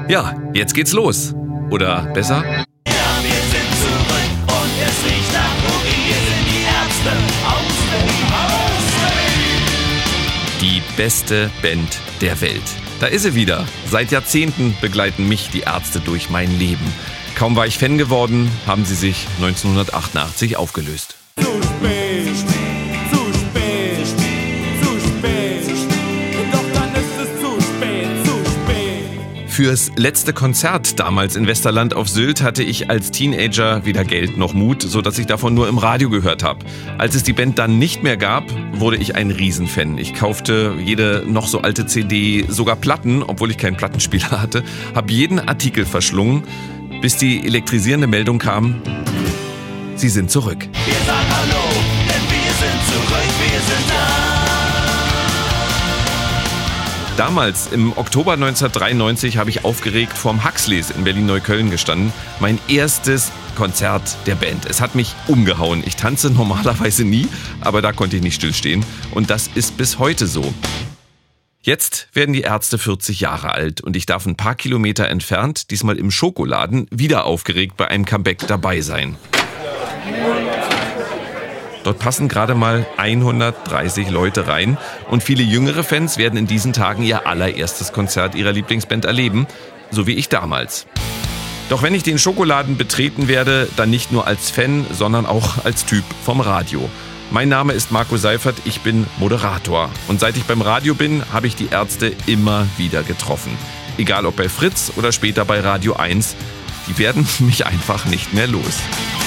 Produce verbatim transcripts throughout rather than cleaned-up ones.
Ja, jetzt geht's los. Oder besser? Ja, wir sind zurück und es riecht nach Boogie. Wir sind die Ärzte aus dem Haus. Die beste Band der Welt. Da ist sie wieder. Seit Jahrzehnten begleiten mich die Ärzte durch mein Leben. Kaum war ich Fan geworden, haben sie sich neunzehnhundertachtundachtzig aufgelöst. Zu spät, zu spät, zu spät. Doch dann ist es zu spät, zu spät. Fürs letzte Konzert damals in Westerland auf Sylt hatte ich als Teenager weder Geld noch Mut, sodass ich davon nur im Radio gehört habe. Als es die Band dann nicht mehr gab, wurde ich ein Riesenfan. Ich kaufte jede noch so alte C D, sogar Platten, obwohl ich keinen Plattenspieler hatte, habe jeden Artikel verschlungen, bis die elektrisierende Meldung kam: Sie sind zurück. Wir sagen Hallo, denn wir sind zurück, wir sind da. Damals, im Oktober neunzehnhundertdreiundneunzig, habe ich aufgeregt vorm Huxleys in Berlin-Neukölln gestanden. Mein erstes Konzert der Band. Es hat mich umgehauen. Ich tanze normalerweise nie, aber da konnte ich nicht stillstehen. Und das ist bis heute so. Jetzt werden die Ärzte vierzig Jahre alt und ich darf ein paar Kilometer entfernt, diesmal im Schokoladen, wieder aufgeregt bei einem Comeback dabei sein. Dort passen gerade mal hundertdreißig Leute rein und viele jüngere Fans werden in diesen Tagen ihr allererstes Konzert ihrer Lieblingsband erleben, so wie ich damals. Doch wenn ich den Schokoladen betreten werde, dann nicht nur als Fan, sondern auch als Typ vom Radio. Mein Name ist Marco Seifert, ich bin Moderator. Und seit ich beim Radio bin, habe ich die Ärzte immer wieder getroffen. Egal ob bei Fritz oder später bei Radio eins, die werden mich einfach nicht mehr los.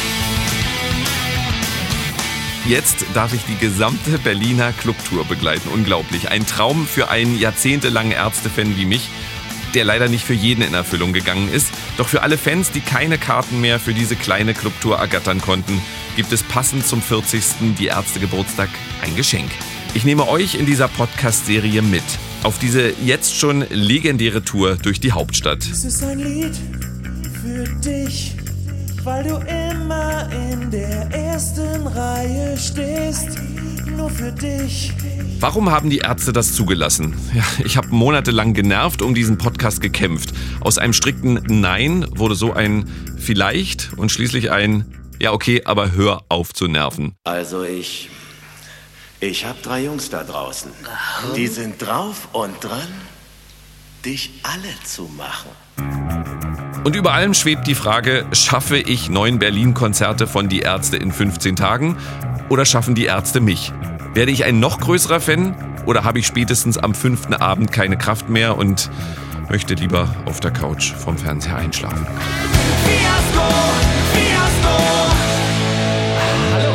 Jetzt darf ich die gesamte Berliner Clubtour begleiten. Unglaublich. Ein Traum für einen jahrzehntelangen Ärztefan wie mich, der leider nicht für jeden in Erfüllung gegangen ist. Doch für alle Fans, die keine Karten mehr für diese kleine Clubtour ergattern konnten, gibt es passend zum vierzigsten Die Ärzte Geburtstag ein Geschenk. Ich nehme euch in dieser Podcast-Serie mit auf diese jetzt schon legendäre Tour durch die Hauptstadt. Es ist ein Lied für dich, weil du immer in der ersten Reihe stehst. Nur für dich. Warum haben die Ärzte das zugelassen? Ja, ich habe monatelang genervt um diesen Podcast gekämpft. Aus einem strikten Nein wurde so ein Vielleicht und schließlich ein Ja okay, aber hör auf zu nerven. Also ich... Ich hab drei Jungs da draußen. Die sind drauf und dran, dich alle zu machen. Und über allem schwebt die Frage, schaffe ich neun Berlin-Konzerte von Die Ärzte in fünfzehn Tagen oder schaffen die Ärzte mich? Werde ich ein noch größerer Fan oder habe ich spätestens am fünften Abend keine Kraft mehr und möchte lieber auf der Couch vom Fernseher einschlafen? Fiasko, Fiasko. Hallo.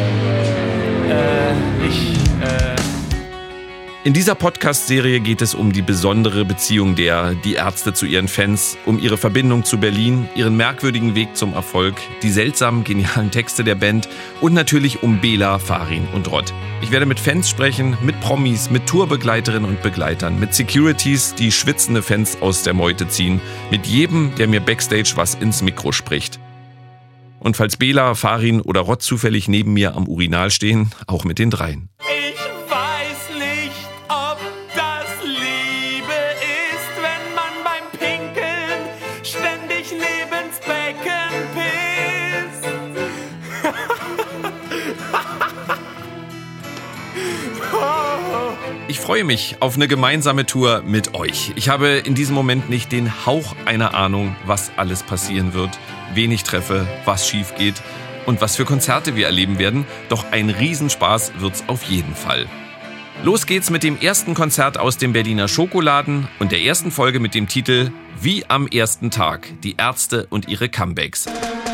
Äh, ich, äh... In dieser Podcast-Serie geht es um die besondere Beziehung der Die Ärzte zu ihren Fans, um ihre Verbindung zu Berlin, ihren merkwürdigen Weg zum Erfolg, die seltsamen, genialen Texte der Band und natürlich um Bela, Farin und Rod. Ich werde mit Fans sprechen, mit Promis, mit Tourbegleiterinnen und Begleitern, mit Securities, die schwitzende Fans aus der Meute ziehen, mit jedem, der mir Backstage was ins Mikro spricht. Und falls Bela, Farin oder Rod zufällig neben mir am Urinal stehen, auch mit den dreien. Ich weiß nicht, ob das Liebe ist, wenn man beim Pinkeln ständig neben's Becken pisst. Ich freue mich auf eine gemeinsame Tour mit euch. Ich habe in diesem Moment nicht den Hauch einer Ahnung, was alles passieren wird, wen ich treffe, was schief geht und was für Konzerte wir erleben werden. Doch ein Riesenspaß wird's auf jeden Fall. Los geht's mit dem ersten Konzert aus dem Berliner Schokoladen und der ersten Folge mit dem Titel Wie am ersten Tag, die Ärzte und ihre Comebacks.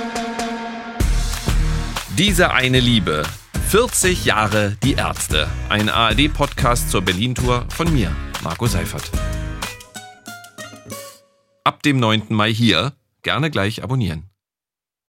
Diese eine Liebe. vierzig Jahre Die Ärzte. Ein A R D-Podcast zur Berlin-Tour von mir, Marco Seifert. Ab dem neunten Mai hier. Gerne gleich abonnieren.